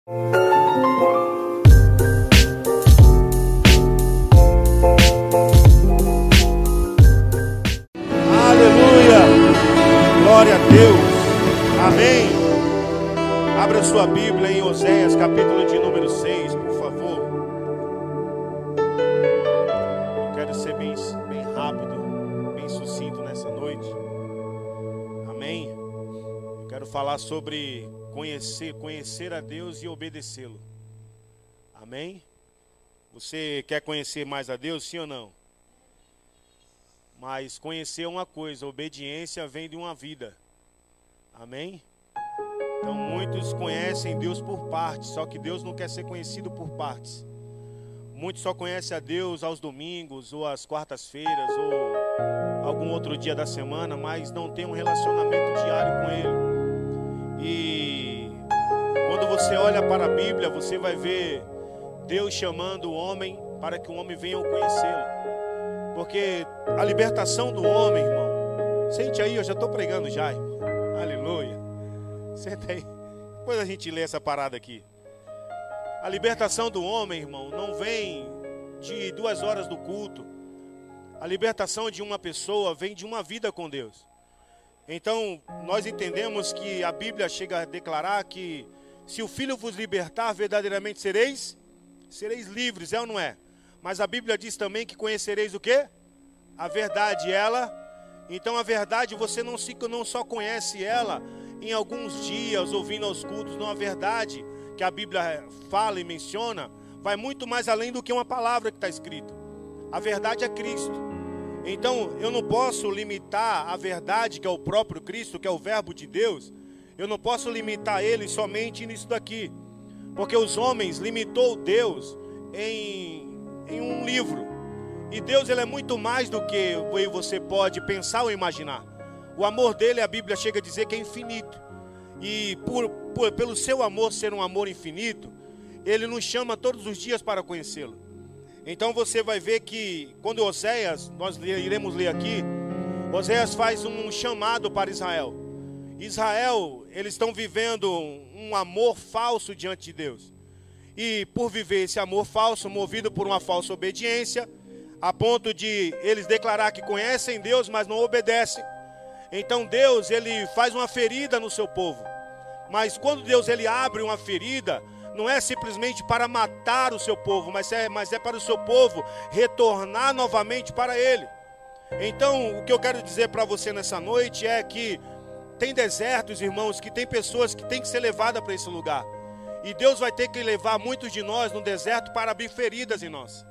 Aleluia! Glória a Deus! Amém! Abra sua Bíblia em Oséias, capítulo de número 6, por favor. Eu quero ser bem rápido, bem sucinto nessa noite. Amém? Eu quero falar sobre conhecer a Deus e obedecê-lo. Amém? Você quer conhecer mais a Deus, sim ou não? Mas conhecer é uma coisa, obediência vem de uma vida. Amém? Então muitos conhecem Deus por partes, só que Deus não quer ser conhecido por partes. Muitos só conhecem a Deus aos domingos, ou às quartas-feiras, ou algum outro dia da semana, mas não tem um relacionamento diário com Ele. E quando você olha para a Bíblia, você vai ver Deus chamando o homem para que o homem venha conhecê-lo. Porque a libertação do homem, irmão, sente aí, eu já estou pregando já, irmão. Aleluia. Senta aí, depois a gente lê essa parada aqui. A libertação do homem, irmão, não vem de 2 horas do culto. A libertação de uma pessoa vem de uma vida com Deus. Então, nós entendemos que a Bíblia chega a declarar que se o Filho vos libertar, verdadeiramente sereis livres, é ou não é? Mas a Bíblia diz também que conhecereis o quê? A verdade, ela. Então a verdade você não só conhece ela em alguns dias ouvindo aos cultos. Não, a verdade que a Bíblia fala e menciona vai muito mais além do que uma palavra que está escrita. A verdade é Cristo. Então eu não posso limitar a verdade que é o próprio Cristo, que é o verbo de Deus. Eu não posso limitar ele somente nisso daqui. Porque os homens limitou Deus em um livro. E Deus, ele é muito mais do que você pode pensar ou imaginar. O amor dele, a Bíblia chega a dizer que é infinito. E pelo seu amor ser um amor infinito, ele nos chama todos os dias para conhecê-lo. Então você vai ver que quando Oséias, nós iremos ler aqui, Oséias faz um chamado para Israel. Israel, eles estão vivendo um amor falso diante de Deus. E por viver esse amor falso, movido por uma falsa obediência, a ponto de eles declarar que conhecem Deus, mas não obedecem. Então Deus, ele faz uma ferida no seu povo. Mas quando Deus, ele abre uma ferida, não é simplesmente para matar o seu povo, mas é para o seu povo retornar novamente para ele. Então, o que eu quero dizer para você nessa noite é que tem desertos, irmãos, que tem pessoas que têm que ser levadas para esse lugar. E Deus vai ter que levar muitos de nós no deserto para abrir feridas em nós.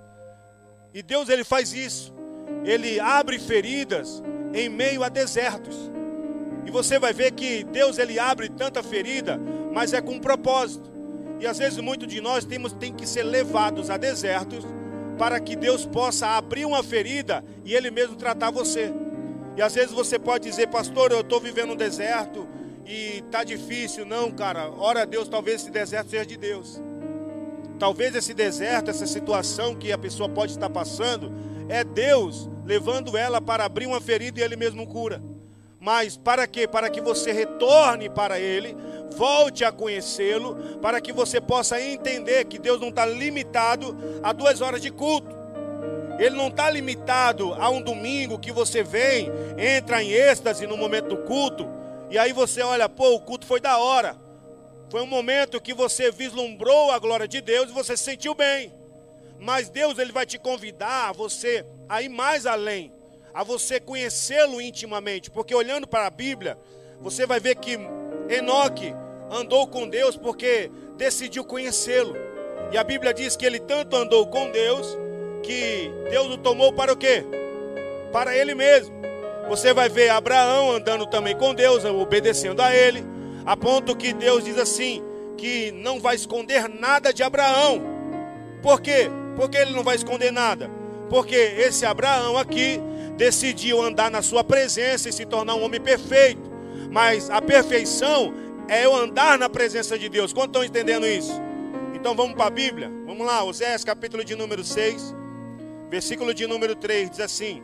E Deus, ele faz isso. Ele abre feridas em meio a desertos. E você vai ver que Deus, ele abre tanta ferida, mas é com um propósito. E às vezes muitos de nós tem que ser levados a desertos para que Deus possa abrir uma ferida e ele mesmo tratar você. E às vezes você pode dizer: pastor, eu estou vivendo um deserto e está difícil. Não, cara, ora a Deus, talvez esse deserto seja de Deus. Talvez esse deserto, essa situação que a pessoa pode estar passando, é Deus levando ela para abrir uma ferida e ele mesmo cura. Mas para quê? Para que você retorne para ele, volte a conhecê-lo, para que você possa entender que Deus não está limitado a 2 horas de culto. Ele não está limitado a um domingo que você vem, entra em êxtase no momento do culto, e aí você olha, pô, o culto foi da hora. Foi um momento que você vislumbrou a glória de Deus e você se sentiu bem. Mas Deus, ele vai te convidar a você a ir mais além, a você conhecê-lo intimamente. Porque olhando para a Bíblia, você vai ver que Enoque andou com Deus porque decidiu conhecê-lo. E a Bíblia diz que ele tanto andou com Deus, que Deus o tomou para o quê? Para ele mesmo. Você vai ver Abraão andando também com Deus, obedecendo a ele, a ponto que Deus diz assim, que não vai esconder nada de Abraão. Por quê? Porque ele não vai esconder nada? Porque esse Abraão aqui decidiu andar na sua presença e se tornar um homem perfeito. Mas a perfeição é eu andar na presença de Deus. Quantos estão entendendo isso? Então vamos para a Bíblia. Vamos lá, Oséias capítulo de número 6, versículo de número 3, diz assim: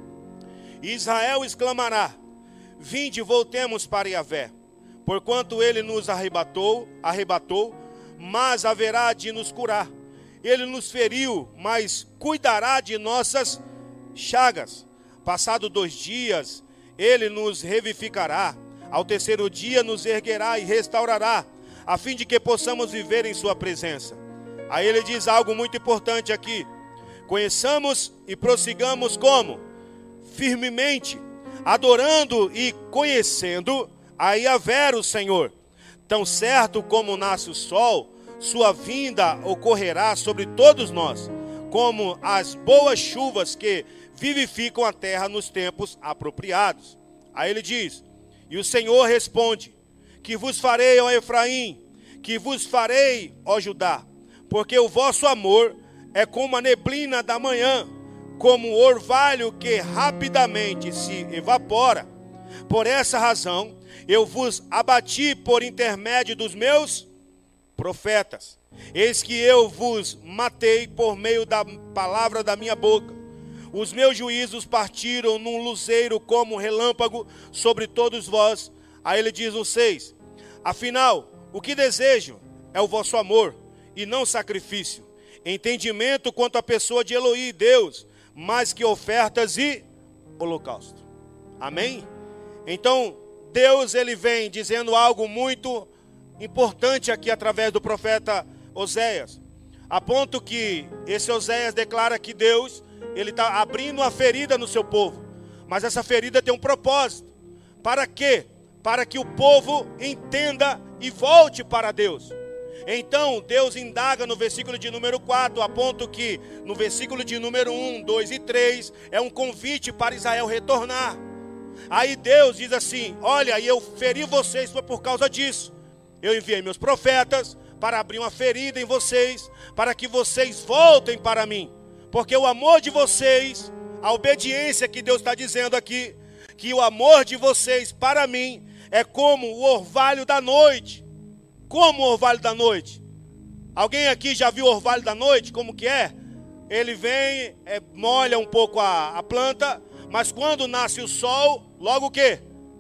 Israel exclamará: vinde, voltemos para Yahvé, porquanto ele nos arrebatou, mas haverá de nos curar. Ele nos feriu, mas cuidará de nossas chagas. Passado 2 dias, ele nos revivificará. Ao terceiro dia nos erguerá e restaurará, a fim de que possamos viver em sua presença. Aí ele diz algo muito importante aqui. Conheçamos e prossigamos como? Firmemente, adorando e conhecendo a Yahvé, o Senhor. Tão certo como nasce o sol, sua vinda ocorrerá sobre todos nós, como as boas chuvas que vivificam a terra nos tempos apropriados. Aí ele diz, e o Senhor responde, que vos farei, ó Efraim, que vos farei, ó Judá, porque o vosso amor é como a neblina da manhã, como o orvalho que rapidamente se evapora. Por essa razão, eu vos abati por intermédio dos meus profetas. Eis que eu vos matei por meio da palavra da minha boca. Os meus juízos partiram num luzeiro como relâmpago sobre todos vós. Aí ele diz no 6, afinal, o que desejo é o vosso amor, e não sacrifício, entendimento quanto à pessoa de Elohim, Deus, mais que ofertas e holocausto. Amém? Então, Deus ele vem dizendo algo muito importante aqui através do profeta Oséias, a ponto que esse Oséias declara que Deus ele está abrindo uma ferida no seu povo, mas essa ferida tem um propósito. Para quê? Para que o povo entenda e volte para Deus. Então Deus indaga no versículo de número 4, a ponto que no versículo de número 1, 2 e 3 é um convite para Israel retornar. Aí Deus diz assim, olha, e eu feri vocês foi por causa disso. Eu enviei meus profetas para abrir uma ferida em vocês, para que vocês voltem para mim. Porque o amor de vocês, a obediência que Deus está dizendo aqui, que o amor de vocês para mim é como o orvalho da noite. Como o orvalho da noite? Alguém aqui já viu o orvalho da noite? Como que é? Ele vem, molha um pouco a planta, mas quando nasce o sol, logo o quê?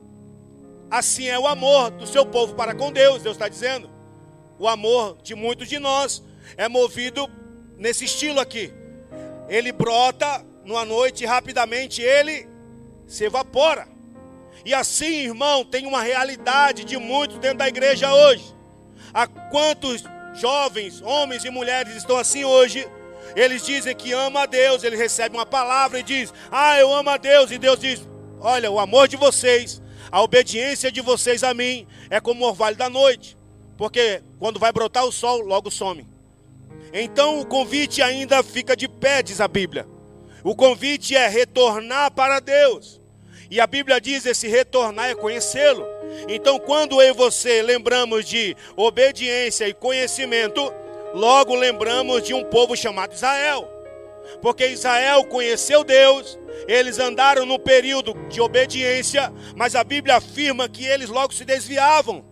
Assim é o amor do seu povo para com Deus, Deus está dizendo. O amor de muitos de nós é movido nesse estilo aqui. Ele brota numa noite e rapidamente ele se evapora. E assim, irmão, tem uma realidade de muitos dentro da igreja hoje. Há quantos jovens, homens e mulheres estão assim hoje? Eles dizem que amam a Deus, eles recebem uma palavra e dizem, eu amo a Deus. E Deus diz, olha, o amor de vocês, a obediência de vocês a mim é como o orvalho da noite. Porque quando vai brotar o sol, logo some. Então o convite ainda fica de pé, diz a Bíblia. O convite é retornar para Deus. E a Bíblia diz, esse retornar é conhecê-lo. Então quando eu e você lembramos de obediência e conhecimento, logo lembramos de um povo chamado Israel. Porque Israel conheceu Deus, eles andaram num período de obediência, mas a Bíblia afirma que eles logo se desviavam.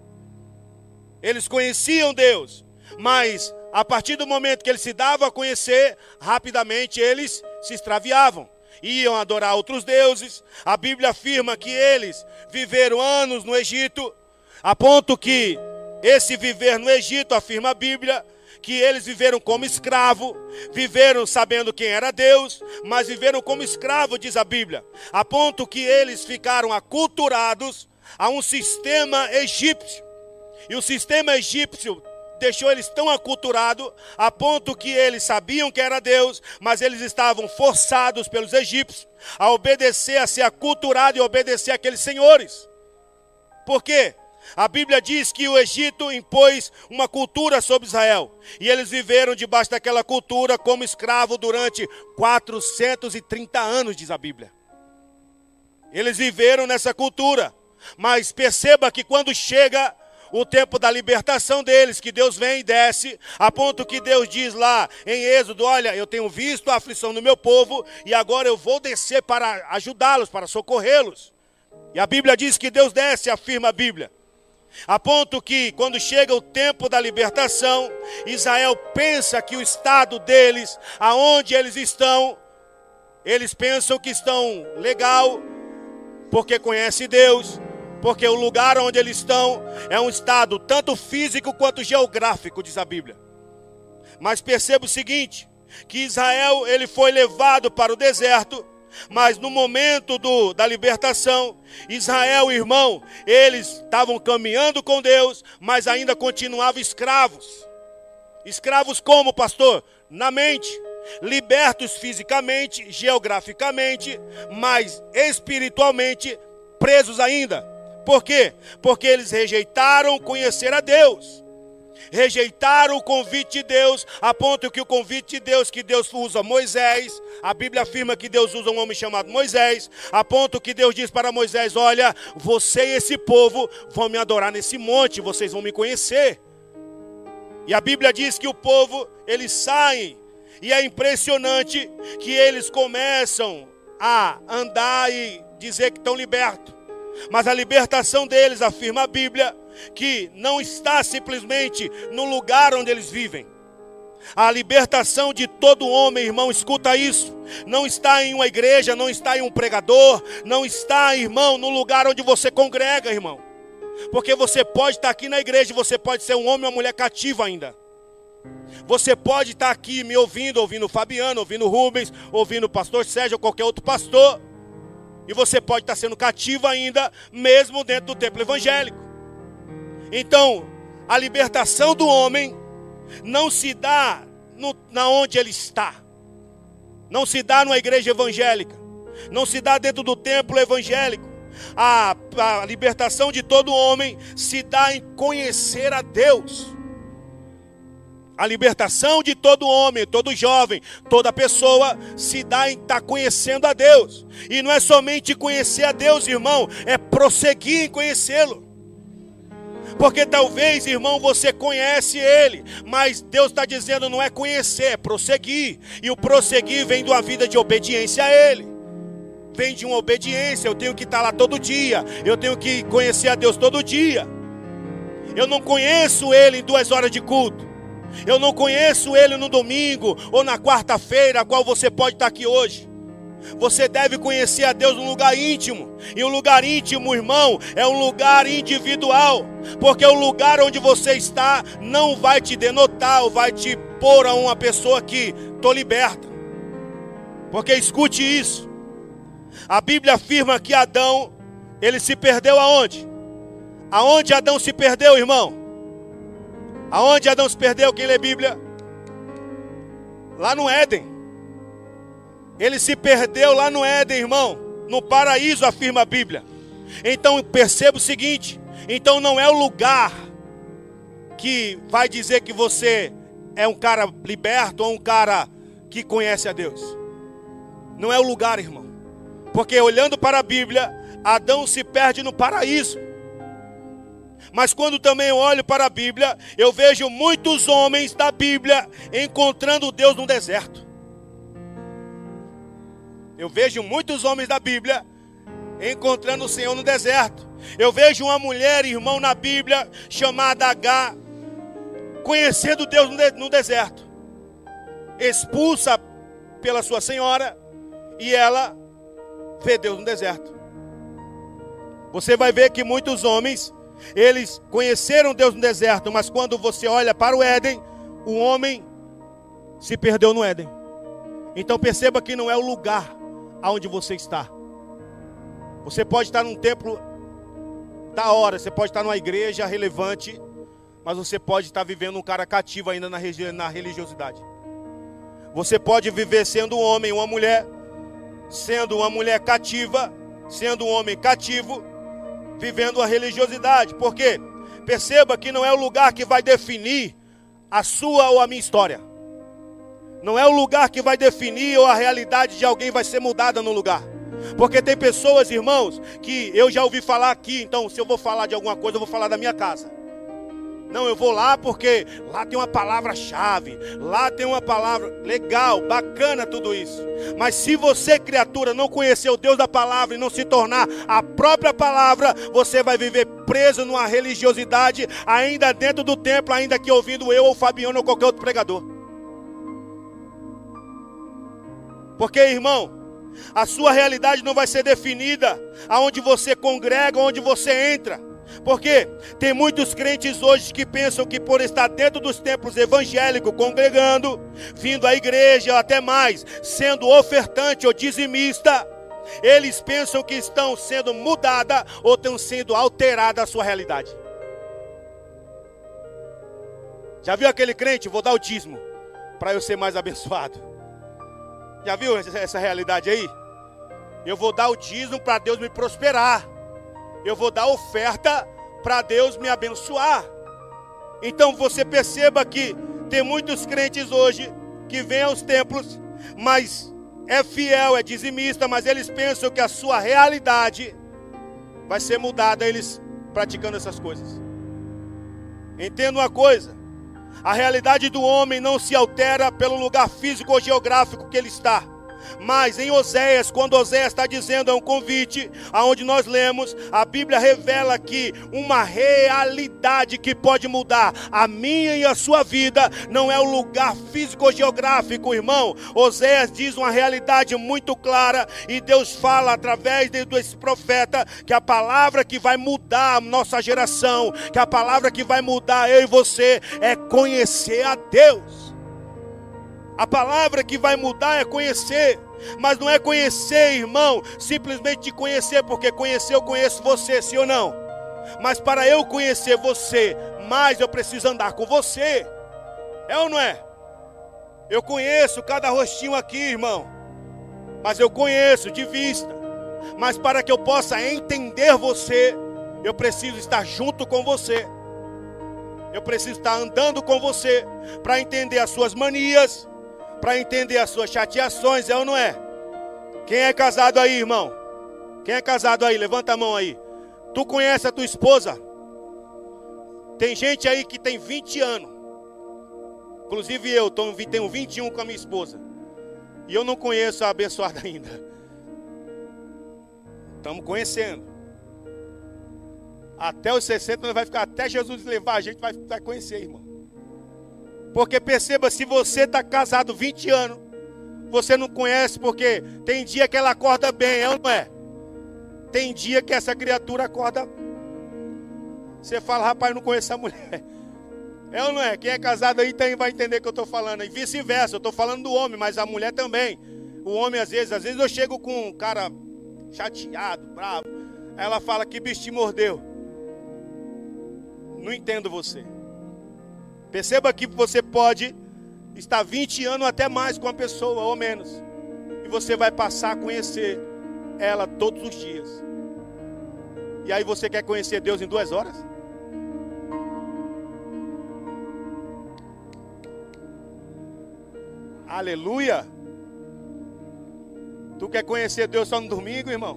Eles conheciam Deus, mas a partir do momento que eles se davam a conhecer, rapidamente eles se extraviavam. Iam adorar outros deuses. A Bíblia afirma que eles viveram anos no Egito, a ponto que esse viver no Egito, afirma a Bíblia, que eles viveram como escravo, viveram sabendo quem era Deus, mas viveram como escravo, diz a Bíblia, a ponto que eles ficaram aculturados a um sistema egípcio. E o sistema egípcio deixou eles tão aculturados, a ponto que eles sabiam que era Deus, mas eles estavam forçados pelos egípcios a obedecer, a ser aculturado e obedecer àqueles senhores. Por quê? A Bíblia diz que o Egito impôs uma cultura sobre Israel, e eles viveram debaixo daquela cultura como escravo durante 430 anos, diz a Bíblia. Eles viveram nessa cultura, mas perceba que quando chega o tempo da libertação deles, que Deus vem e desce, a ponto que Deus diz lá em Êxodo, olha, eu tenho visto a aflição do meu povo, e agora eu vou descer para ajudá-los, para socorrê-los. E a Bíblia diz que Deus desce, afirma a Bíblia. A ponto que quando chega o tempo da libertação, Israel pensa que o estado deles, aonde eles estão, eles pensam que estão legal, porque conhece Deus, Porque o lugar onde eles estão é um estado tanto físico quanto geográfico, diz a Bíblia. Mas perceba o seguinte, que Israel ele foi levado para o deserto, mas no momento da libertação, Israel, irmão, eles estavam caminhando com Deus, mas ainda continuavam escravos. Escravos como, pastor? Na mente. Libertos fisicamente, geograficamente, mas espiritualmente presos ainda. Por quê? Porque eles rejeitaram conhecer a Deus. Rejeitaram o convite de Deus, a ponto que o convite de Deus, que Deus usa Moisés, a Bíblia afirma que Deus usa um homem chamado Moisés, a ponto que Deus diz para Moisés, olha, você e esse povo vão me adorar nesse monte, vocês vão me conhecer. E a Bíblia diz que o povo, eles saem, e é impressionante que eles começam a andar e dizer que estão libertos. Mas a libertação deles, afirma a Bíblia, que não está simplesmente no lugar onde eles vivem. A libertação de todo homem, irmão, escuta isso, não está em uma igreja, não está em um pregador, não está, irmão, no lugar onde você congrega, irmão. Porque você pode estar aqui na igreja, você pode ser um homem ou uma mulher cativa ainda. Você pode estar aqui me ouvindo o Fabiano, ouvindo o Rubens, ouvindo o pastor Sérgio ou qualquer outro pastor. E você pode estar sendo cativo ainda, mesmo dentro do templo evangélico. Então, a libertação do homem não se dá na onde ele está. Não se dá numa igreja evangélica. Não se dá dentro do templo evangélico. A libertação de todo homem se dá em conhecer a Deus. A libertação de todo homem, todo jovem, toda pessoa se dá em estar conhecendo a Deus. E não é somente conhecer a Deus, irmão, é prosseguir em conhecê-lo. Porque talvez, irmão, você conhece Ele, mas Deus está dizendo não é conhecer, é prosseguir. E o prosseguir vem de uma vida de obediência a Ele. Vem de uma obediência, eu tenho que estar lá todo dia, eu tenho que conhecer a Deus todo dia. Eu não conheço Ele em 2 horas de culto. Eu não conheço Ele no domingo ou na quarta-feira, a qual você pode estar aqui hoje. Você deve conhecer a Deus num lugar íntimo. E um lugar íntimo, irmão, é um lugar individual. Porque o lugar onde você está não vai te denotar ou vai te pôr a uma pessoa que estou liberta. Porque escute isso. A Bíblia afirma que Adão, ele se perdeu aonde? Aonde Adão se perdeu, irmão? Aonde Adão se perdeu? Quem lê Bíblia? Lá no Éden. Ele se perdeu lá no Éden, irmão. No paraíso, afirma a Bíblia. Então perceba o seguinte. Então não é o lugar que vai dizer que você é um cara liberto ou um cara que conhece a Deus. Não é o lugar, irmão. Porque olhando para a Bíblia, Adão se perde no paraíso. Mas quando também eu olho para a Bíblia, eu vejo muitos homens da Bíblia encontrando Deus no deserto. Eu vejo muitos homens da Bíblia encontrando o Senhor no deserto. Eu vejo uma mulher, irmão, na Bíblia, chamada Agar, conhecendo Deus no deserto. Expulsa pela sua senhora e ela vê Deus no deserto. Você vai ver que muitos homens, eles conheceram Deus no deserto, mas quando você olha para o Éden, o homem se perdeu no Éden. Então perceba que não é o lugar aonde você está. Você pode estar num templo da hora, você pode estar numa igreja relevante, mas você pode estar vivendo um cara cativo ainda na religiosidade. Você pode viver sendo um homem, uma mulher, sendo uma mulher cativa, sendo um homem cativo, vivendo a religiosidade. Por quê? Perceba que não é o lugar que vai definir a sua ou a minha história. Não é o lugar que vai definir ou a realidade de alguém vai ser mudada no lugar. Porque tem pessoas, irmãos, que eu já ouvi falar aqui. Então, se eu vou falar de alguma coisa, eu vou falar da minha casa. Não, eu vou lá porque lá tem uma palavra-chave. Lá tem uma palavra legal, bacana tudo isso. Mas se você, criatura, não conhecer o Deus da palavra e não se tornar a própria palavra, você vai viver preso numa religiosidade, ainda dentro do templo, ainda que ouvindo eu ou o Fabiano ou qualquer outro pregador. Porque, irmão, A sua realidade não vai ser definida aonde você congrega, onde você entra. Porque tem muitos crentes hoje que pensam que por estar dentro dos templos evangélicos, congregando, vindo à igreja, ou até mais, sendo ofertante ou dizimista, eles pensam que estão sendo mudada ou estão sendo alterada a sua realidade. Já viu aquele crente? Vou dar o dízimo para eu ser mais abençoado. Já viu essa realidade aí? Eu vou dar o dízimo para Deus me prosperar. Eu vou dar oferta para Deus me abençoar. Então você perceba que tem muitos crentes hoje que vêm aos templos, mas é fiel, é dizimista, mas eles pensam que a sua realidade vai ser mudada eles praticando essas coisas. Entenda uma coisa: a realidade do homem não se altera pelo lugar físico ou geográfico que ele está. Mas em Oséias, quando Oséias está dizendo, é um convite, aonde nós lemos, a Bíblia revela que uma realidade que pode mudar a minha e a sua vida, não é o lugar físico ou geográfico, irmão. Oséias diz uma realidade muito clara, e Deus fala através desse profeta, que a palavra que vai mudar a nossa geração, que a palavra que vai mudar eu e você, é conhecer a Deus. A palavra que vai mudar é conhecer. Mas não é conhecer, irmão, simplesmente de conhecer, porque conhecer eu conheço você, sim ou não? Mas para eu conhecer você mais, eu preciso andar com você. É ou não é? Eu conheço cada rostinho aqui, irmão, mas eu conheço de vista. Mas para que eu possa entender você, eu preciso estar junto com você. Eu preciso estar andando com você para entender as suas manias, para entender as suas chateações, é ou não é? Quem é casado aí, irmão? Quem é casado aí? Levanta a mão aí. Tu conhece a tua esposa? Tem gente aí que tem 20 anos. Inclusive eu tenho 21 com a minha esposa. E eu não conheço a abençoada ainda. Estamos conhecendo. Até os 60 nós vai ficar, até Jesus levar a gente vai conhecer, irmão. Porque perceba, se você está casado 20 anos, você não conhece, porque tem dia que ela acorda bem, é ou não é? Tem dia que essa criatura acorda. Você fala, rapaz, eu não conheço essa mulher. É ou não é? Quem é casado aí vai entender o que eu estou falando. E vice-versa, eu estou falando do homem, mas a mulher também. O homem, às vezes eu chego com um cara chateado, bravo. Aí ela fala, que bicho te mordeu. Não entendo você. Perceba que você pode estar 20 anos até mais com a pessoa, ou menos. E você vai passar a conhecer ela todos os dias. E aí você quer conhecer Deus em 2 horas? Aleluia! Tu quer conhecer Deus só no domingo, irmão?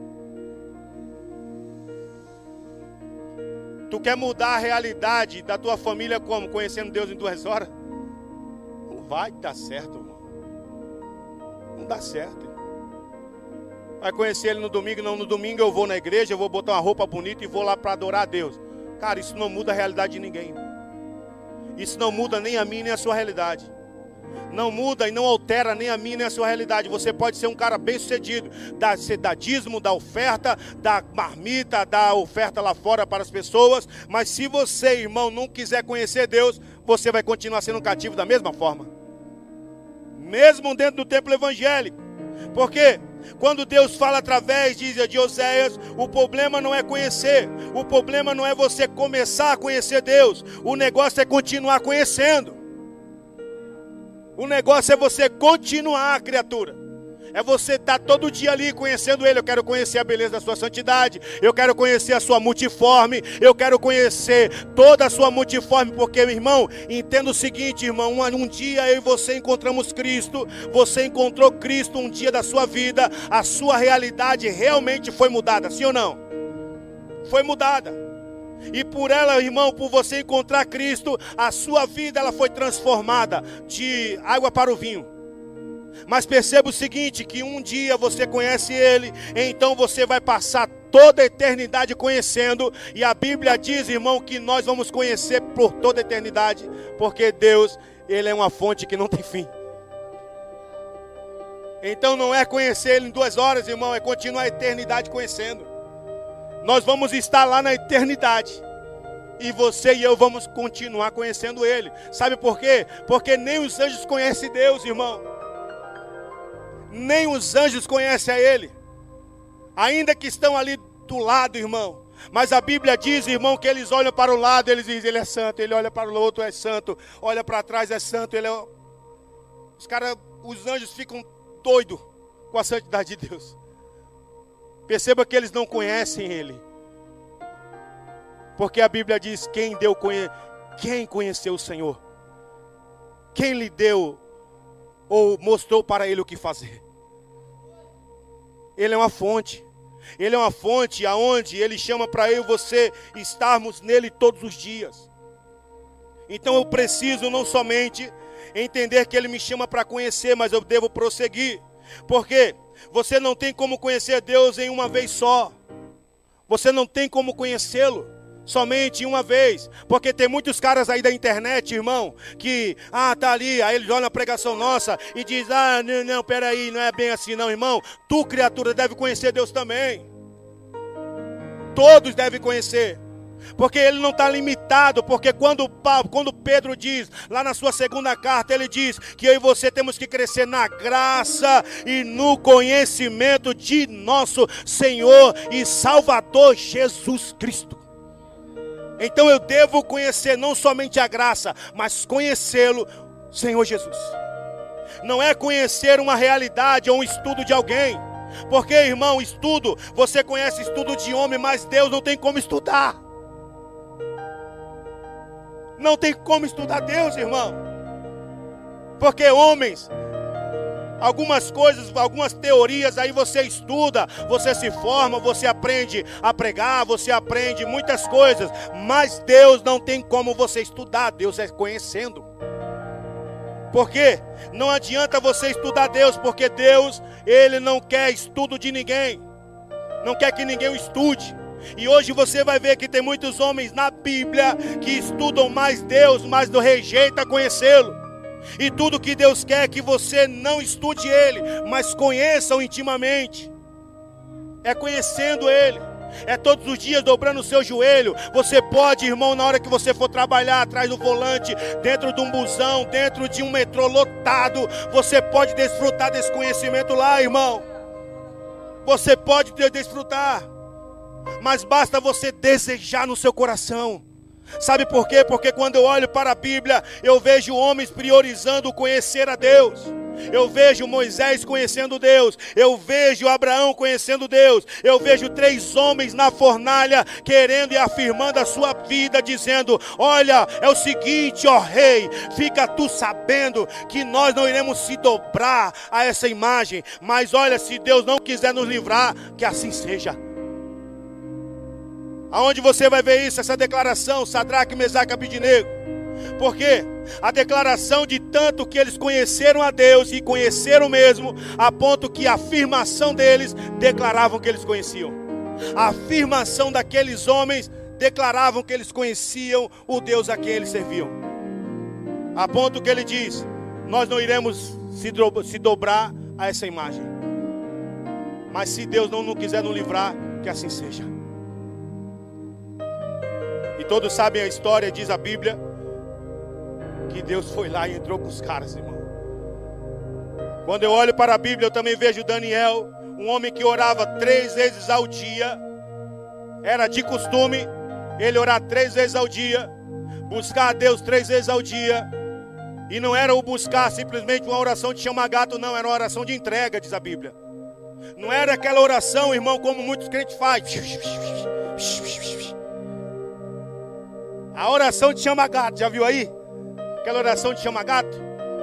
Tu quer mudar a realidade da tua família como? Conhecendo Deus em 2 horas? Não vai dar certo, irmão. Não dá certo. Vai conhecer Ele no domingo? Não, no domingo eu vou na igreja, eu vou botar uma roupa bonita e vou lá para adorar a Deus. Cara, isso não muda a realidade de ninguém. Isso não muda nem a minha nem a sua realidade. Não muda e não altera nem a minha nem a sua realidade. Você pode ser um cara bem sucedido, dar dízimo, dar oferta, dar marmita, dar oferta lá fora para as pessoas. Mas se você, irmão, não quiser conhecer Deus, você vai continuar sendo um cativo da mesma forma. Mesmo dentro do templo evangélico. Porque quando Deus fala através de Oséias, o problema não é conhecer. O problema não é você começar a conhecer Deus. O negócio é continuar conhecendo. O negócio é você continuar, criatura. É você estar todo dia ali conhecendo Ele. Eu quero conhecer a beleza da sua santidade. Eu quero conhecer a sua multiforme. Eu quero conhecer toda a sua multiforme. Porque, meu irmão, entenda o seguinte, irmão. Um dia eu e você encontramos Cristo. Você encontrou Cristo um dia da sua vida. A sua realidade realmente foi mudada. Sim ou não? Foi mudada. E por ela, irmão, por você encontrar Cristo, a sua vida ela foi transformada de água para o vinho. Mas perceba o seguinte, que um dia você conhece Ele, então você vai passar toda a eternidade conhecendo. E a Bíblia diz, irmão, que nós vamos conhecer por toda a eternidade, porque Deus, Ele é uma fonte que não tem fim. Então não é conhecer Ele em 2 horas, irmão, é continuar a eternidade conhecendo. Nós vamos estar lá na eternidade. E você e eu vamos continuar conhecendo Ele. Sabe por quê? Porque nem os anjos conhecem Deus, irmão. Nem os anjos conhecem a Ele. Ainda que estão ali do lado, irmão. Mas a Bíblia diz, irmão, que eles olham para o lado, eles dizem, Ele é santo. Ele olha para o outro, é santo. Olha para trás, é santo. Os anjos ficam doidos com a santidade de Deus. Perceba que eles não conhecem Ele. Porque a Bíblia diz, quem conheceu o Senhor? Quem lhe deu ou mostrou para Ele o que fazer? Ele é uma fonte. Ele é uma fonte aonde Ele chama para eu e você estarmos nele todos os dias. Então eu preciso não somente entender que Ele me chama para conhecer, mas eu devo prosseguir. Porque você não tem como conhecer Deus em uma vez só. Você não tem como conhecê-lo somente uma vez. Porque tem muitos caras aí da internet, irmão, que, tá ali, aí eles olham a pregação nossa e diz, não, peraí, não é bem assim não, irmão. Tu, criatura, deve conhecer Deus também. Todos devem conhecer. Porque Ele não está limitado. Porque quando Pedro diz, lá na sua segunda carta, ele diz que eu e você temos que crescer na graça e no conhecimento de nosso Senhor e Salvador Jesus Cristo. Então eu devo conhecer não somente a graça, mas conhecê-lo, Senhor Jesus. Não é conhecer uma realidade ou um estudo de alguém. Porque, irmão, estudo, você conhece estudo de homem, mas Deus não tem como estudar. Não tem como estudar Deus, irmão. Porque homens, algumas coisas, algumas teorias, aí você estuda, você se forma, você aprende a pregar, você aprende muitas coisas. Mas Deus não tem como você estudar, Deus é conhecendo. Por quê? Não adianta você estudar Deus, porque Deus, Ele não quer estudo de ninguém. Não quer que ninguém o estude. E hoje você vai ver que tem muitos homens na Bíblia que estudam mais Deus, mas não rejeita conhecê-lo. E tudo que Deus quer é que você não estude Ele, mas conheça-o intimamente. É conhecendo Ele. É todos os dias dobrando o seu joelho. Você pode, irmão, na hora que você for trabalhar atrás do volante, dentro de um busão, dentro de um metrô lotado, você pode desfrutar desse conhecimento lá, irmão. Você pode desfrutar. Mas basta você desejar no seu coração. Sabe por quê? Porque quando eu olho para a Bíblia, eu vejo homens priorizando conhecer a Deus. Eu vejo Moisés conhecendo Deus. Eu vejo Abraão conhecendo Deus. Eu vejo 3 homens na fornalha querendo e afirmando a sua vida, dizendo: olha, é o seguinte, ó rei, fica tu sabendo que nós não iremos se dobrar a essa imagem. Mas olha, se Deus não quiser nos livrar, que assim seja. Aonde você vai ver isso? Essa declaração, Sadraque, Mesaque e Abednego. Porque a declaração de tanto que eles conheceram a Deus e conheceram mesmo, a ponto que a afirmação deles declaravam que eles conheciam. A afirmação daqueles homens declaravam que eles conheciam o Deus a quem eles serviam. A ponto que ele diz: nós não iremos se dobrar a essa imagem. Mas se Deus não quiser nos livrar, que assim seja. E todos sabem a história, diz a Bíblia, que Deus foi lá e entrou com os caras, irmão. Quando eu olho para a Bíblia, eu também vejo Daniel, um homem que orava 3 vezes ao dia. Era de costume ele orar 3 vezes ao dia, buscar a Deus 3 vezes ao dia. E não era o buscar simplesmente uma oração de chamar gato, não, era uma oração de entrega, diz a Bíblia. Não era aquela oração, irmão, como muitos crentes fazem. A oração de chama gato, já viu aí? Aquela oração de chama gato.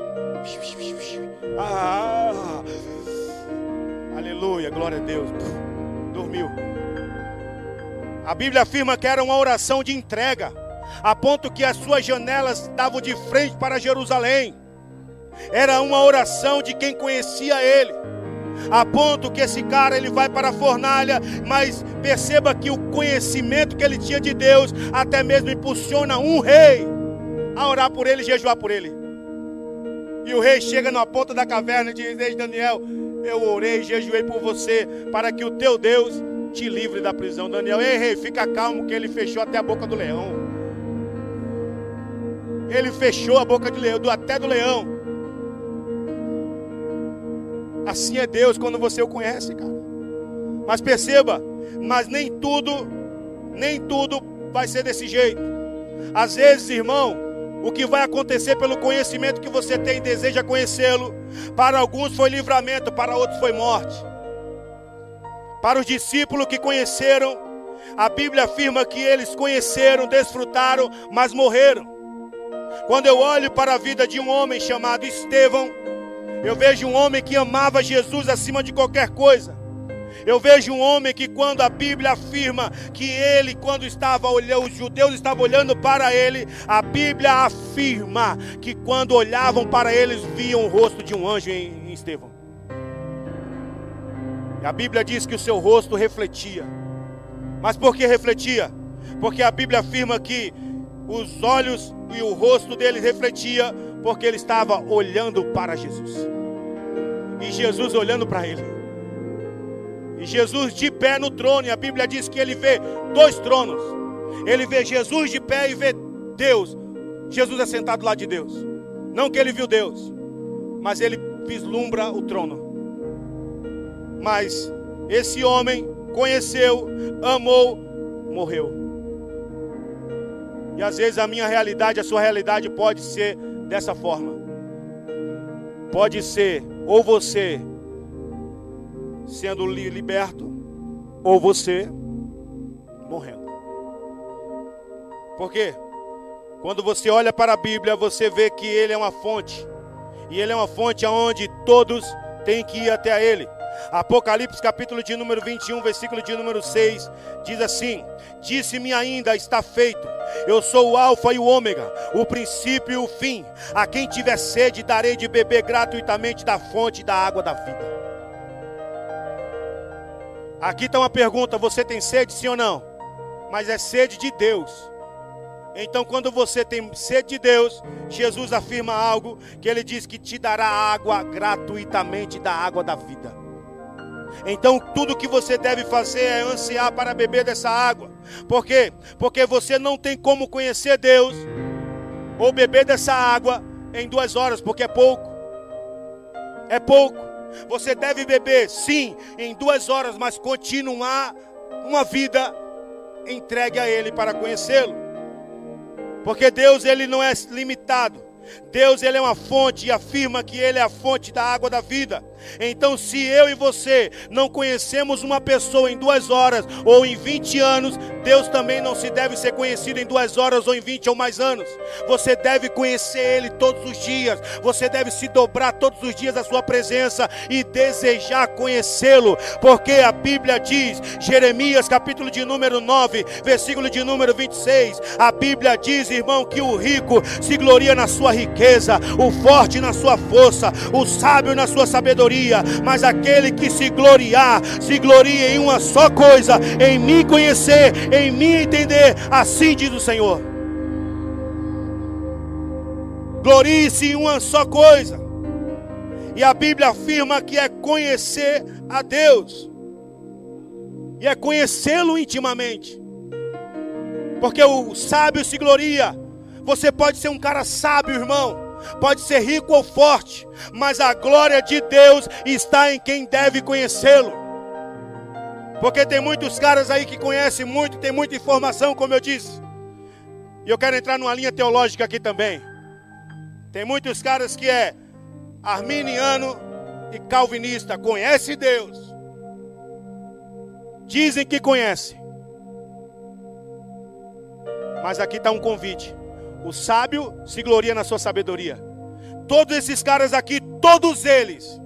Aleluia, glória a Deus. Dormiu. A Bíblia afirma que era uma oração de entrega, a ponto que as suas janelas estavam de frente para Jerusalém. Era uma oração de quem conhecia Ele, a ponto que esse cara, ele vai para a fornalha, mas perceba que o conhecimento que ele tinha de Deus até mesmo impulsiona um rei a orar por ele e jejuar por ele. E o rei chega na ponta da caverna e diz: ei, Daniel, eu orei, jejuei por você, para que o teu Deus te livre da prisão. Daniel, ei, rei, fica calmo, que ele fechou até a boca do leão. Ele fechou a boca do leão, até do leão. Assim é Deus quando você o conhece, cara. Mas perceba, mas nem tudo vai ser desse jeito. Às vezes, irmão, o que vai acontecer pelo conhecimento que você tem e deseja conhecê-lo, para alguns foi livramento, para outros foi morte. Para os discípulos que conheceram, a Bíblia afirma que eles conheceram, desfrutaram, mas morreram. Quando eu olho para a vida de um homem chamado Estevão, eu vejo um homem que amava Jesus acima de qualquer coisa. Eu vejo um homem que, quando a Bíblia afirma que ele, quando estava olhando, os judeus estavam olhando para ele, a Bíblia afirma que quando olhavam para eles, viam o rosto de um anjo em Estevão. E a Bíblia diz que o seu rosto refletia. Mas por que refletia? Porque a Bíblia afirma que os olhos e o rosto dele refletia, porque ele estava olhando para Jesus. E Jesus olhando para ele. E Jesus de pé no trono. E a Bíblia diz que ele vê dois tronos. Ele vê Jesus de pé e vê Deus. Jesus é sentado lá de Deus. Não que ele viu Deus, mas ele vislumbra o trono. Mas esse homem conheceu, amou, morreu. E às vezes a minha realidade, a sua realidade pode ser dessa forma. Pode ser ou você sendo liberto, ou você morrendo. Por quê? Quando você olha para a Bíblia, você vê que ele é uma fonte. E ele é uma fonte onde todos têm que ir até ele. Apocalipse capítulo de número 21, versículo de número 6, diz assim: disse-me ainda, está feito. Eu sou o alfa e o ômega, o princípio e o fim. A quem tiver sede, darei de beber gratuitamente da fonte da água da vida. Aqui está uma pergunta: você tem sede, sim ou não? Mas é sede de Deus. Então, quando você tem sede de Deus, Jesus afirma algo, que ele diz que te dará água gratuitamente da água da vida. Então, tudo que você deve fazer é ansiar para beber dessa água. Por quê? Porque você não tem como conhecer Deus ou beber dessa água em 2 horas, porque é pouco. É pouco. Você deve beber, sim, em 2 horas, mas continuar uma vida entregue a Ele para conhecê-lo. Porque Deus, Ele não é limitado. Deus, Ele é uma fonte e afirma que Ele é a fonte da água da vida. Então, se eu e você não conhecemos uma pessoa em 2 horas ou em 20 anos, Deus também não se deve ser conhecido em 2 horas ou em 20 ou mais anos. Você deve conhecer Ele todos os dias. Você deve se dobrar todos os dias à sua presença e desejar conhecê-lo. Porque a Bíblia diz, Jeremias capítulo de número 9, versículo de número 26, a Bíblia diz, irmão, que o rico se gloria na sua riqueza, o forte na sua força, o sábio na sua sabedoria. Mas aquele que se gloriar, se gloria em uma só coisa: em me conhecer, em me entender. Assim diz o Senhor. Glorie-se em uma só coisa. E a Bíblia afirma que é conhecer a Deus, e é conhecê-lo intimamente. Porque o sábio se gloria. Você pode ser um cara sábio, irmão, pode ser rico ou forte, mas a glória de Deus está em quem deve conhecê-lo. Porque tem muitos caras aí que conhecem muito, tem muita informação, como eu disse. E eu quero entrar numa linha teológica aqui também. Tem muitos caras que é arminiano e calvinista, conhece Deus, dizem que conhece. Mas aqui está um convite: o sábio se gloria na sua sabedoria. Todos esses caras aqui, todos eles,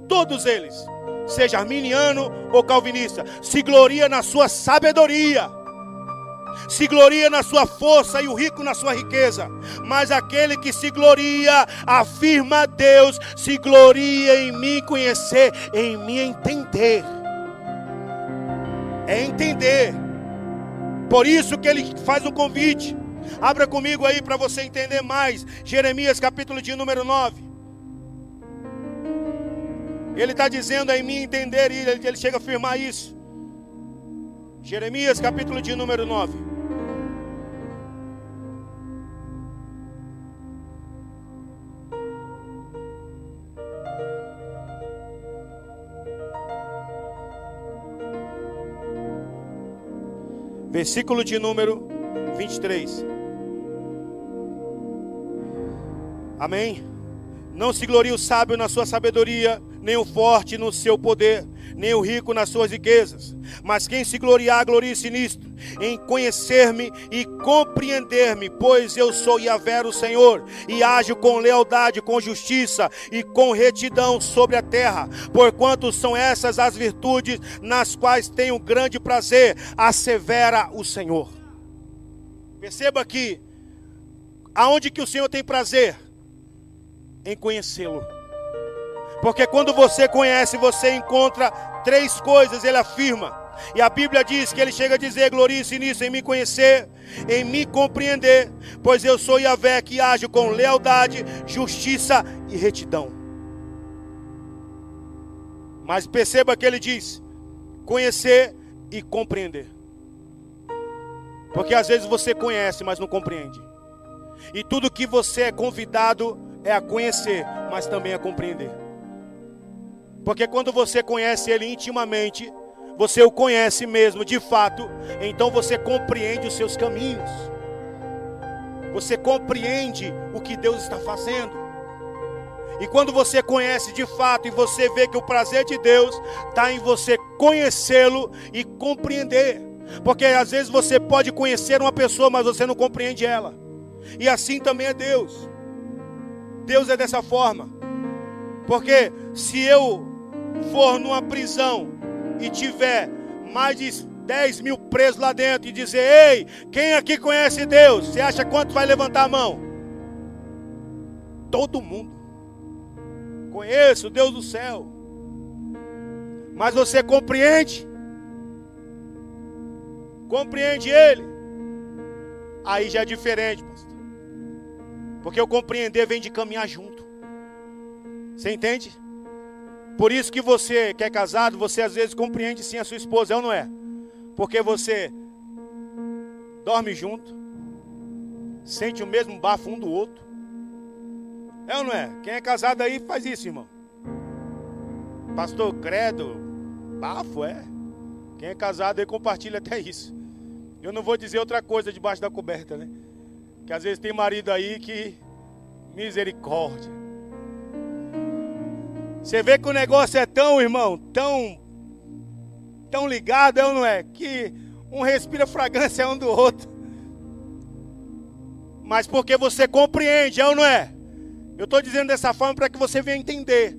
seja arminiano ou calvinista, se gloria na sua sabedoria, se gloria na sua força, e o rico na sua riqueza. Mas aquele que se gloria, afirma Deus, se gloria em me conhecer, em me entender. É entender. Por isso que ele faz um convite. Abra comigo aí para você entender mais. Jeremias capítulo de número 9. Ele está dizendo em mim entender, e ele chega a afirmar isso. Jeremias capítulo de número 9. Versículo de número 23. Amém? Não se glorie o sábio na sua sabedoria, nem o forte no seu poder, nem o rico nas suas riquezas. Mas quem se gloriar, glorie-se nisto, em conhecer-me e compreender-me, pois eu sou Yahvé o Senhor, e ajo com lealdade, com justiça e com retidão sobre a terra, porquanto são essas as virtudes nas quais tenho grande prazer, assevera o Senhor. Perceba que, aonde que o Senhor tem prazer? Em conhecê-lo. Porque quando você conhece, você encontra 3 coisas, ele afirma. E a Bíblia diz que ele chega a dizer: glorie-se nisso, em me conhecer, em me compreender, pois eu sou Yahvé que age com lealdade, justiça e retidão. Mas perceba que ele diz: conhecer e compreender. Porque às vezes você conhece, mas não compreende. E tudo que você é convidado é a conhecer, mas também a compreender. Porque quando você conhece ele intimamente, você o conhece mesmo, de fato, então você compreende os seus caminhos. Você compreende o que Deus está fazendo. E quando você conhece de fato e você vê que o prazer de Deus está em você conhecê-lo e compreender. Porque às vezes você pode conhecer uma pessoa, mas você não compreende ela. E assim também é Deus. Deus é dessa forma. Porque se eu for numa prisão e tiver mais de 10 mil presos lá dentro e dizer: ei, quem aqui conhece Deus? Você acha quanto vai levantar a mão? Todo mundo. Conheço o Deus do céu. Mas você compreende? Compreende ele? Aí já é diferente, pastor. Porque o compreender vem de caminhar junto. Você entende? Por isso que você que é casado, você às vezes compreende sim a sua esposa, é ou não é? Porque você dorme junto, sente o mesmo bafo um do outro. É ou não é? Quem é casado aí faz isso, irmão. Pastor, credo, bafo, é. Quem é casado aí compartilha até isso. Eu não vou dizer outra coisa debaixo da coberta, né? Que às vezes tem marido aí que... misericórdia. Você vê que o negócio é tão, irmão, tão ligado, é ou não é? Que um respira fragrância um do outro. Mas porque você compreende, é ou não é? Eu estou dizendo dessa forma para que você venha entender.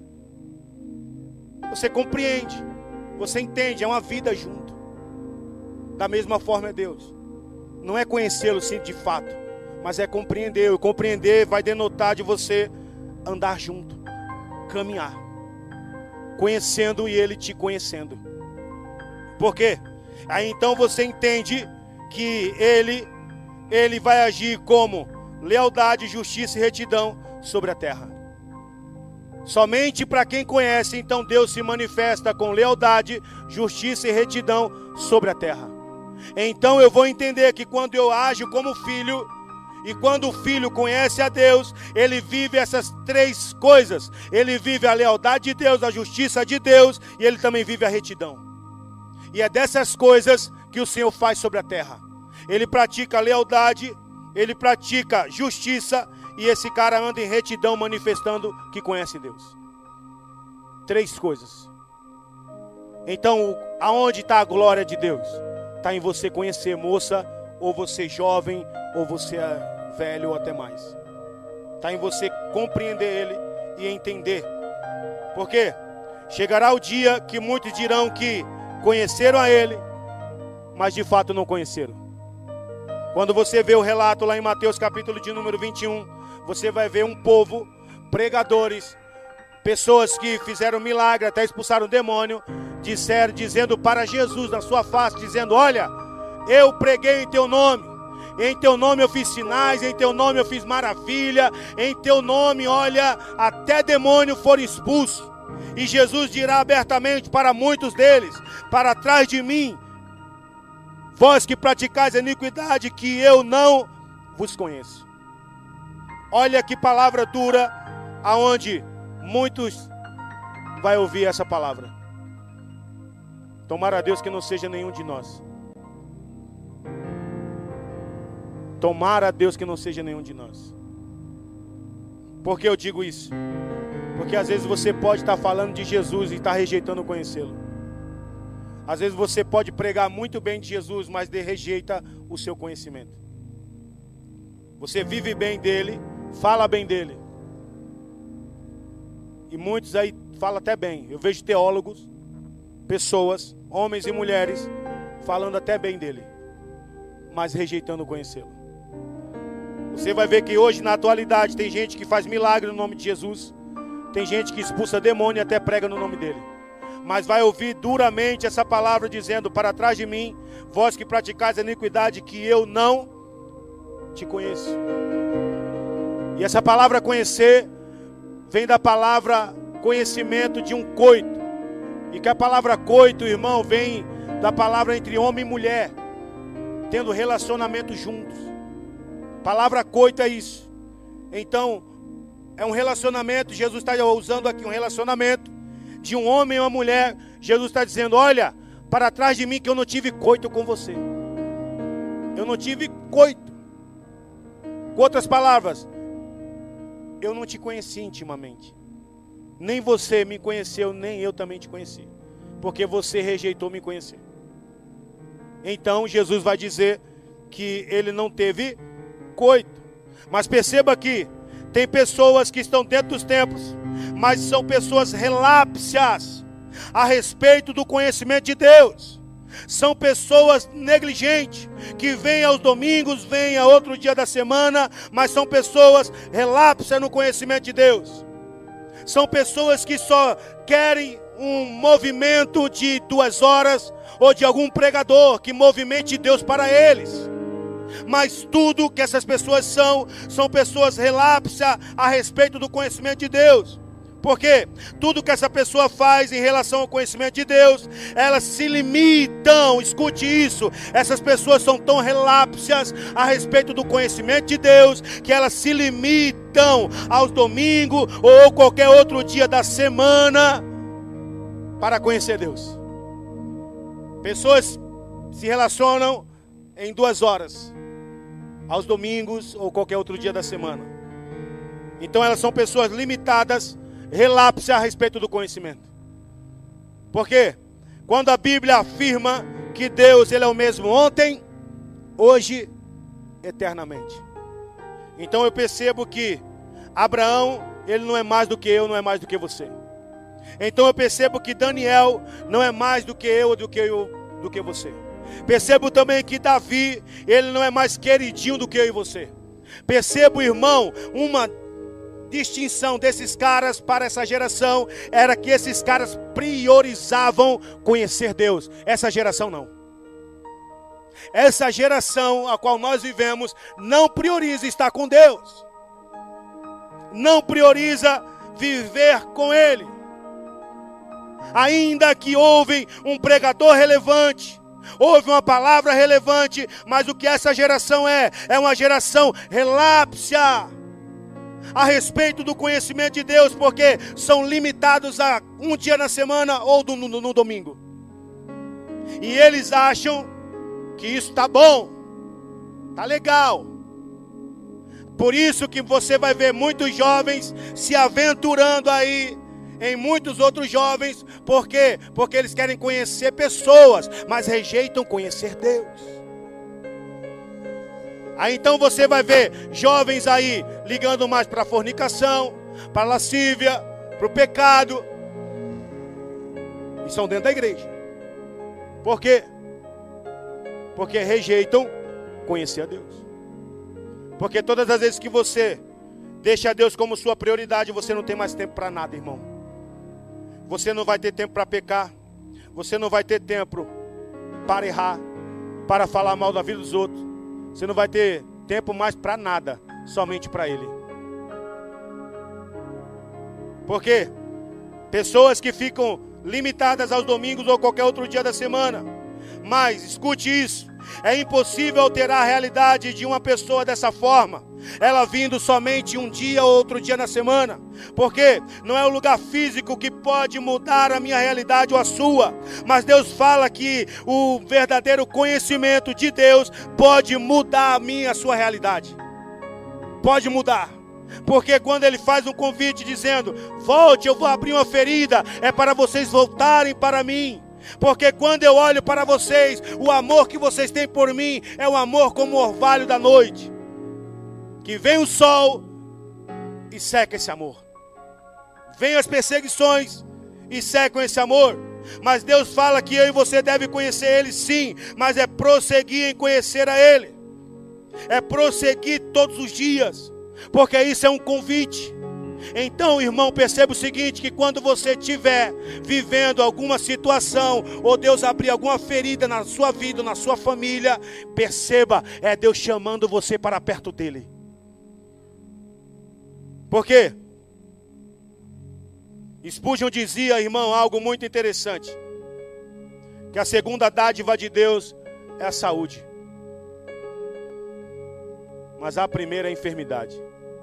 Você compreende, você entende, é uma vida junto. Da mesma forma é Deus. Não é conhecê-lo sim de fato, mas é compreender. E compreender vai denotar de você andar junto, caminhar, conhecendo e ele te conhecendo. Por quê? Aí então você entende que ele vai agir como lealdade, justiça e retidão sobre a terra. Somente para quem conhece, então Deus se manifesta com lealdade, justiça e retidão sobre a terra. Então eu vou entender que quando eu ajo como filho, e quando o filho conhece a Deus, ele vive essas 3 coisas. Ele vive a lealdade de Deus, a justiça de Deus, e ele também vive a retidão. E é dessas coisas que o Senhor faz sobre a terra. Ele pratica lealdade, ele pratica justiça, e esse cara anda em retidão, manifestando que conhece Deus. 3 coisas. Então, aonde está a glória de Deus? Está em você conhecer, moça, ou você jovem, ou você é velho, ou até mais. Está em você compreender ele e entender. Por quê? Chegará o dia que muitos dirão que conheceram a ele, mas de fato não conheceram. Quando você vê o relato lá em Mateus capítulo de número 21, você vai ver um povo, pregadores, pessoas que fizeram milagre, até expulsaram o demônio, dizendo para Jesus na sua face, dizendo: olha, eu preguei em teu nome eu fiz sinais, em teu nome eu fiz maravilha, em teu nome, olha, até demônio foram expulsos. E Jesus dirá abertamente para muitos deles: para trás de mim, vós que praticais a iniquidade, que eu não vos conheço. Olha que palavra dura, aonde muitos vai ouvir essa palavra. Tomara a Deus que não seja nenhum de nós. Tomara a Deus que não seja nenhum de nós. Por que eu digo isso? Porque às vezes você pode estar falando de Jesus e estar rejeitando conhecê-lo. Às vezes você pode pregar muito bem de Jesus, mas rejeita o seu conhecimento. Você vive bem dele, fala bem dele. E muitos aí falam até bem. Eu vejo teólogos, pessoas, homens e mulheres, falando até bem dele, mas rejeitando conhecê-lo. Você vai ver que hoje, na atualidade, tem gente que faz milagre no nome de Jesus. Tem gente que expulsa demônio e até prega no nome dele. Mas vai ouvir duramente essa palavra dizendo: para trás de mim, vós que praticais a iniquidade, que eu não te conheço. E essa palavra conhecer vem da palavra conhecimento de um coito. E que a palavra coito, irmão, vem da palavra entre homem e mulher, tendo relacionamento juntos. Palavra coito é isso. Então, é um relacionamento. Jesus está usando aqui um relacionamento de um homem e uma mulher. Jesus está dizendo: olha, para trás de mim, que eu não tive coito com você. Eu não tive coito. Com outras palavras, eu não te conheci intimamente. Nem você me conheceu, nem eu também te conheci. Porque você rejeitou me conhecer. Então Jesus vai dizer que ele não teve coito. Mas perceba que tem pessoas que estão dentro dos templos, mas são pessoas relapsas a respeito do conhecimento de Deus. São pessoas negligentes, que vêm aos domingos, vêm a outro dia da semana, mas são pessoas relapsas no conhecimento de Deus. São pessoas que só querem um movimento de 2 horas, ou de algum pregador que movimente Deus para eles. Mas tudo que essas pessoas são pessoas relapsas a respeito do conhecimento de Deus. Porque tudo que essa pessoa faz em relação ao conhecimento de Deus, elas se limitam, escute isso, essas pessoas são tão relapsas a respeito do conhecimento de Deus, que elas se limitam aos domingos ou qualquer outro dia da semana para conhecer Deus. Pessoas se relacionam em 2 horas, aos domingos ou qualquer outro dia da semana. Então elas são pessoas limitadas, relapse a respeito do conhecimento. Por quê? Quando a Bíblia afirma que Deus, ele é o mesmo ontem, hoje, eternamente. Então eu percebo que Abraão, ele não é mais do que eu, não é mais do que você. Então eu percebo que Daniel não é mais do que eu, do que você. Percebo também que Davi, ele não é mais queridinho do que eu e você. Percebo, irmão, uma distinção desses caras para essa geração era que esses caras priorizavam conhecer Deus. Essa geração não. Essa geração a qual nós vivemos não prioriza estar com Deus. Não prioriza viver com Ele. Ainda que houve um pregador relevante, houve uma palavra relevante, mas o que essa geração é uma geração relapsa a respeito do conhecimento de Deus, porque são limitados a um dia na semana ou no domingo. E eles acham que isso está bom, está legal. Por isso que você vai ver muitos jovens se aventurando aí em muitos outros jovens. Por quê? Porque eles querem conhecer pessoas, mas rejeitam conhecer Deus. Aí então você vai ver jovens aí ligando mais para a fornicação, para a lascívia, para o pecado. E são dentro da igreja. Por quê? Porque rejeitam conhecer a Deus. Porque todas as vezes que você deixa Deus como sua prioridade, você não tem mais tempo para nada, irmão. Você não vai ter tempo para pecar. Você não vai ter tempo para errar, para falar mal da vida dos outros. Você não vai ter tempo mais para nada, somente para Ele. Por quê? Pessoas que ficam limitadas aos domingos ou qualquer outro dia da semana. Mas, escute isso, é impossível alterar a realidade de uma pessoa dessa forma, ela vindo somente um dia ou outro dia na semana, porque não é o lugar físico que pode mudar a minha realidade ou a sua, mas Deus fala que o verdadeiro conhecimento de Deus pode mudar a minha e a sua realidade, pode mudar. Porque quando Ele faz um convite dizendo, volte, eu vou abrir uma ferida, é para vocês voltarem para mim. Porque quando eu olho para vocês, o amor que vocês têm por mim é um amor como o orvalho da noite, que vem o sol e seca esse amor. Vem as perseguições e secam esse amor. Mas Deus fala que eu e você deve conhecer Ele sim, mas é prosseguir em conhecer a Ele. É prosseguir todos os dias, porque isso é um convite. Então, irmão, perceba o seguinte, que quando você estiver vivendo alguma situação, ou Deus abrir alguma ferida na sua vida, na sua família, perceba, é Deus chamando você para perto dEle. Por quê? Spurgeon dizia, irmão, algo muito interessante, que a segunda dádiva de Deus é a saúde, mas a primeira é a enfermidade.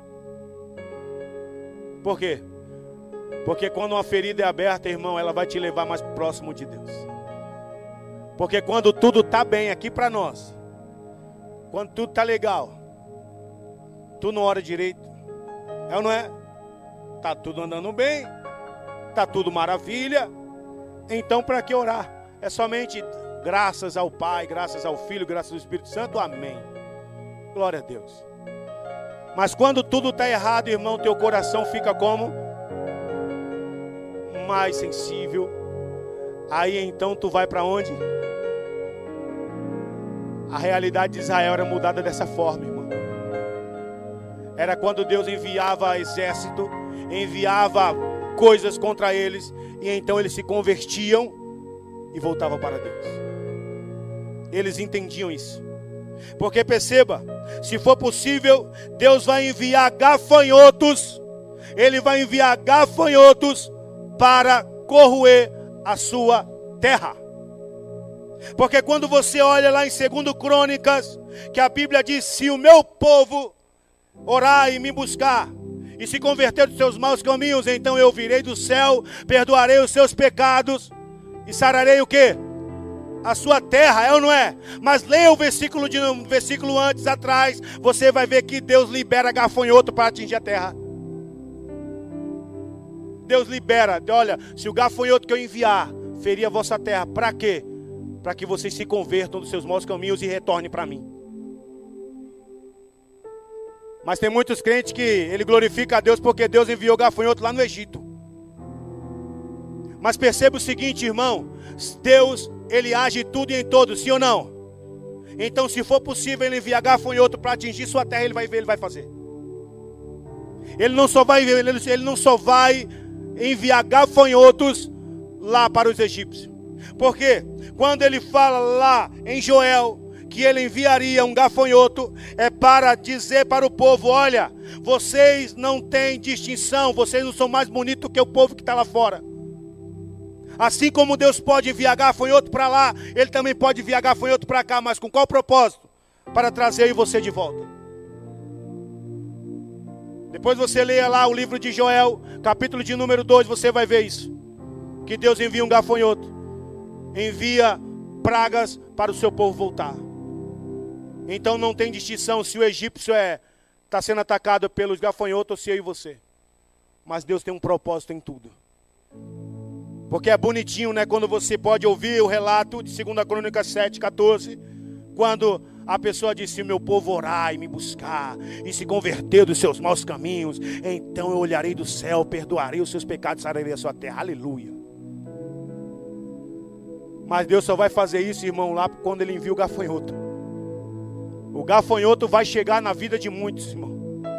Por quê? Porque quando uma ferida é aberta, irmão, ela vai te levar mais próximo de Deus. Porque quando tudo está bem aqui para nós, quando tudo está legal, tu não ora direito, é ou não é? Está tudo andando bem, está tudo maravilha, então para que orar? É somente graças ao Pai, graças ao Filho, graças ao Espírito Santo, amém. Glória a Deus. Mas quando tudo está errado, irmão, teu coração fica como? Mais sensível. Aí então tu vai para onde? A realidade de Israel era mudada dessa forma, irmão. Era quando Deus enviava exército, enviava coisas contra eles, e então eles se convertiam e voltavam para Deus. Eles entendiam isso. Porque perceba, se for possível, Deus vai enviar gafanhotos. Ele vai enviar gafanhotos para corroer a sua terra. Porque quando você olha lá em 2 Crônicas, que a Bíblia diz, se o meu povo orar e me buscar, e se converter dos seus maus caminhos, então eu virei do céu, perdoarei os seus pecados, e sararei o quê? A sua terra, é ou não é? Mas leia o versículo antes, atrás, você vai ver que Deus libera gafanhoto para atingir a terra. Deus libera, olha, se o gafanhoto que eu enviar ferir a vossa terra, para quê? Para que vocês se convertam dos seus maus caminhos e retornem para mim. Mas tem muitos crentes que ele glorifica a Deus porque Deus enviou gafanhoto lá no Egito. Mas perceba o seguinte, irmão, Deus, Ele age tudo e em todos, sim ou não? Então, se for possível Ele enviar gafanhoto para atingir sua terra, Ele vai fazer. Ele não só vai enviar gafanhotos lá para os egípcios. Porque quando Ele fala lá em Joel que Ele enviaria um gafanhoto, é para dizer para o povo, olha, vocês não têm distinção, vocês não são mais bonitos que o povo que está lá fora. Assim como Deus pode enviar gafanhoto para lá, Ele também pode enviar gafanhoto para cá, mas com qual propósito? Para trazer eu e você de volta. Depois você leia lá o livro de Joel, capítulo de número 2, você vai ver isso. Que Deus envia um gafanhoto, envia pragas para o seu povo voltar. Então não tem distinção se o egípcio está sendo atacado pelos gafanhotos ou se eu e você. Mas Deus tem um propósito em tudo. Porque é bonitinho, né? Quando você pode ouvir o relato de 2 Crônicas 7:14, quando a pessoa disse, se o meu povo orar e me buscar, e se converter dos seus maus caminhos, então eu olharei do céu, perdoarei os seus pecados, sararei a sua terra. Aleluia. Mas Deus só vai fazer isso, irmão, lá quando Ele envia o gafanhoto. O gafanhoto vai chegar na vida de muitos, irmão.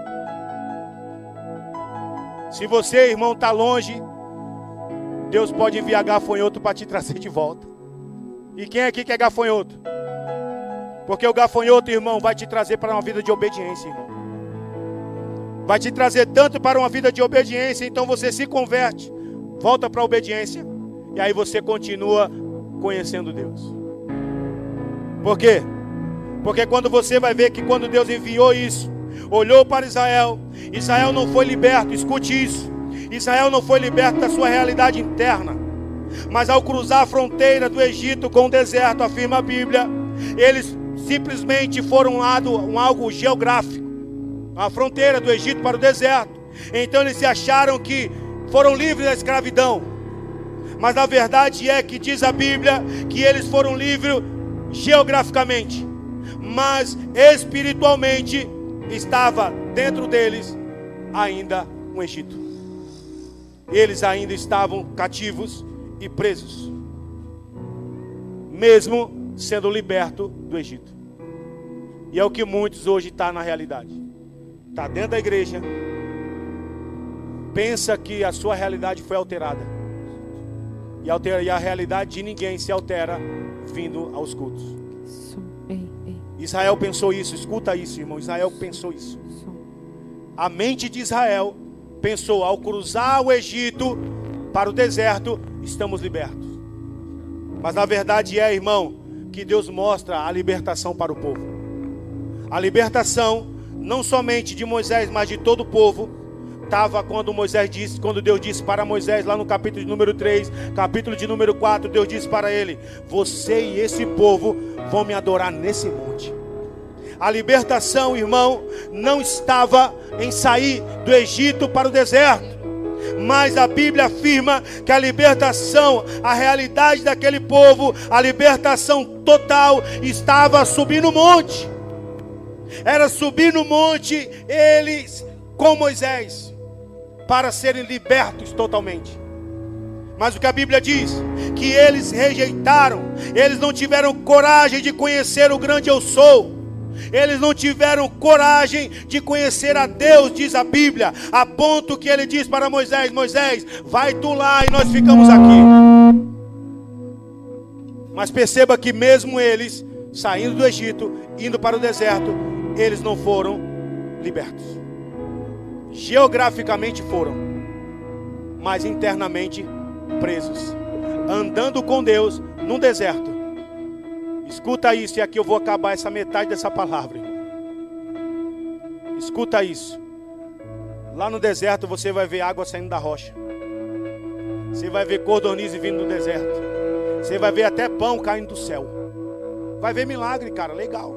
Se você, irmão, está longe, Deus pode enviar gafanhoto para te trazer de volta. E quem aqui quer gafanhoto? Porque o gafanhoto, irmão, vai te trazer para uma vida de obediência, irmão. Vai te trazer tanto para uma vida de obediência, então você se converte, volta para a obediência, e aí você continua conhecendo Deus. Por quê? Porque quando você vai ver que quando Deus enviou isso, olhou para Israel, Israel não foi liberto, escute isso, Israel não foi liberto da sua realidade interna, mas ao cruzar a fronteira do Egito com o deserto, afirma a Bíblia, eles simplesmente foram algo geográfico, a fronteira do Egito para o deserto. Então eles se acharam que foram livres da escravidão, mas a verdade é que diz a Bíblia que eles foram livres geograficamente, mas espiritualmente estava dentro deles ainda um Egito. Eles ainda estavam cativos e presos, mesmo sendo libertos do Egito. E é o que muitos hoje estão na realidade. Está dentro da igreja, pensa que a sua realidade foi alterada, e a realidade de ninguém se altera vindo aos cultos. Israel pensou isso, escuta isso, irmão. Israel pensou isso. A mente de Israel pensou: ao cruzar o Egito para o deserto, estamos libertos. Mas a verdade é, irmão, que Deus mostra a libertação para o povo. A libertação, não somente de Moisés, mas de todo o povo, estava quando Deus disse para Moisés, lá no capítulo de número 3, capítulo de número 4, Deus disse para ele: você e esse povo vão me adorar nesse monte. A libertação, irmão, não estava em sair do Egito para o deserto, mas a Bíblia afirma que a libertação, a realidade daquele povo, a libertação total, estava subir no monte. Era subir no monte, eles com Moisés, para serem libertos totalmente. Mas o que a Bíblia diz? Que eles rejeitaram, eles não tiveram coragem de conhecer o grande eu sou. Eles não tiveram coragem de conhecer a Deus, diz a Bíblia, a ponto que ele diz para Moisés: Moisés, vai tu lá e nós ficamos aqui. Mas perceba que mesmo eles, saindo do Egito, indo para o deserto, eles não foram libertos. Geograficamente foram, mas internamente presos, andando com Deus num deserto. Escuta isso, e aqui eu vou acabar essa metade dessa palavra. Escuta isso. Lá no deserto você vai ver água saindo da rocha. Você vai ver codorniz vindo do deserto. Você vai ver até pão caindo do céu. Vai ver milagre, cara, legal.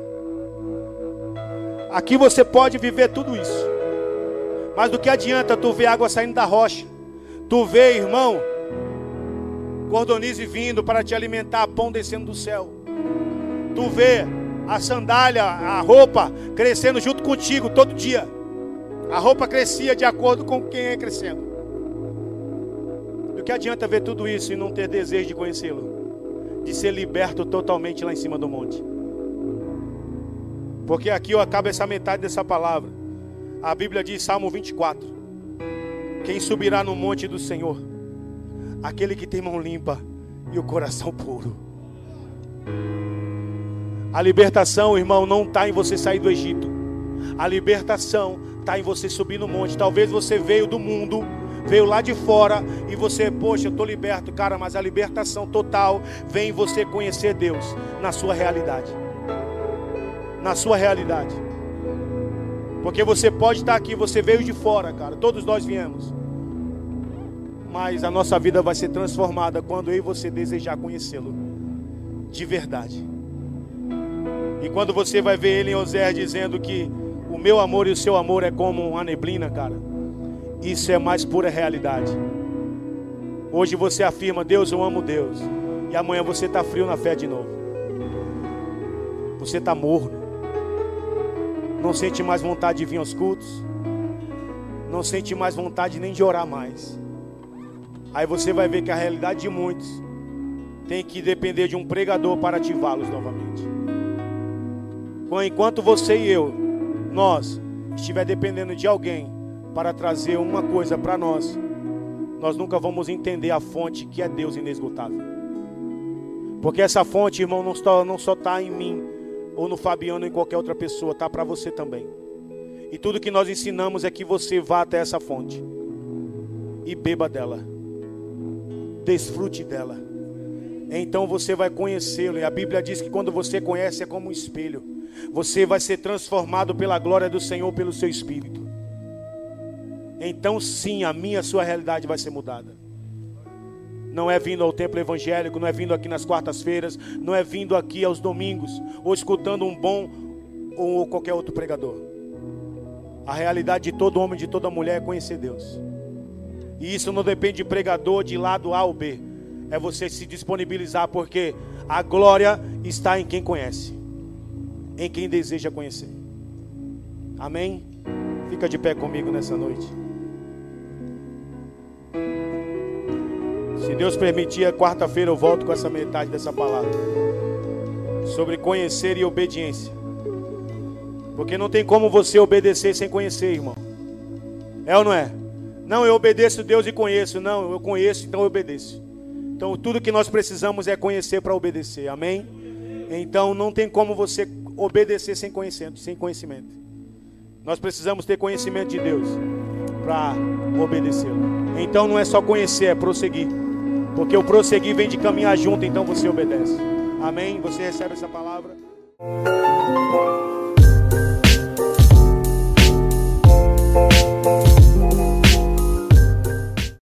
Aqui você pode viver tudo isso. Mas do que adianta tu ver água saindo da rocha? Tu vê, irmão, codorniz vindo para te alimentar, pão descendo do céu. Tu vê a sandália, a roupa crescendo junto contigo todo dia. A roupa crescia de acordo com quem ia crescendo. Do que adianta ver tudo isso e não ter desejo de conhecê-lo? De ser liberto totalmente lá em cima do monte. Porque aqui eu acabo essa metade dessa palavra. A Bíblia diz, Salmo 24: quem subirá no monte do Senhor? Aquele que tem mão limpa e o coração puro. A libertação, irmão, não está em você sair do Egito. A libertação está em você subir no monte. Talvez você veio do mundo, veio lá de fora, e você, poxa, eu estou liberto, cara, mas a libertação total vem em você conhecer Deus na sua realidade. Na sua realidade. Porque você pode estar aqui, você veio de fora, cara, todos nós viemos. Mas a nossa vida vai ser transformada quando eu e você desejar conhecê-lo de verdade. E quando você vai ver ele em Oséias dizendo que o meu amor e o seu amor é como uma neblina, cara, isso é mais pura realidade. Hoje você afirma: Deus, eu amo Deus, e amanhã você está frio na fé de novo. Você está morno, não sente mais vontade de vir aos cultos, não sente mais vontade nem de orar mais. Aí você vai ver que a realidade de muitos tem que depender de um pregador para ativá-los novamente. Enquanto você e eu, nós, estiver dependendo de alguém para trazer uma coisa para nós, nós nunca vamos entender a fonte que é Deus inesgotável. Porque essa fonte, irmão, não só está em mim, ou no Fabiano, ou em qualquer outra pessoa, está para você também. E tudo que nós ensinamos é que você vá até essa fonte e beba dela. desfrute dela. Então você vai conhecê-lo. E a Bíblia diz que quando você conhece é como um espelho. Você vai ser transformado pela glória do Senhor, pelo seu Espírito. Então sim, a minha, a sua realidade vai ser mudada. Não é vindo ao templo evangélico, não é vindo aqui nas quartas-feiras, não é vindo aqui aos domingos, ou escutando um bom ou qualquer outro pregador. A realidade de todo homem, de toda mulher é conhecer Deus. E isso não depende de pregador de lado A ou B. É você se disponibilizar, porque a glória está em quem conhece, em quem deseja conhecer. Amém? Fica de pé comigo nessa noite. Se Deus permitir, quarta-feira eu volto com essa metade dessa palavra sobre conhecer e obediência. Porque não tem como você obedecer sem conhecer, irmão. É ou não é? Não, eu obedeço Deus e conheço. Não, eu conheço, então eu obedeço. Então tudo que nós precisamos é conhecer para obedecer. Amém? Então não tem como você obedecer sem conhecimento. Nós precisamos ter conhecimento de Deus para obedecê-lo. Então não é só conhecer, é prosseguir. Porque o prosseguir vem de caminhar junto, então você obedece. Amém? Você recebe essa palavra?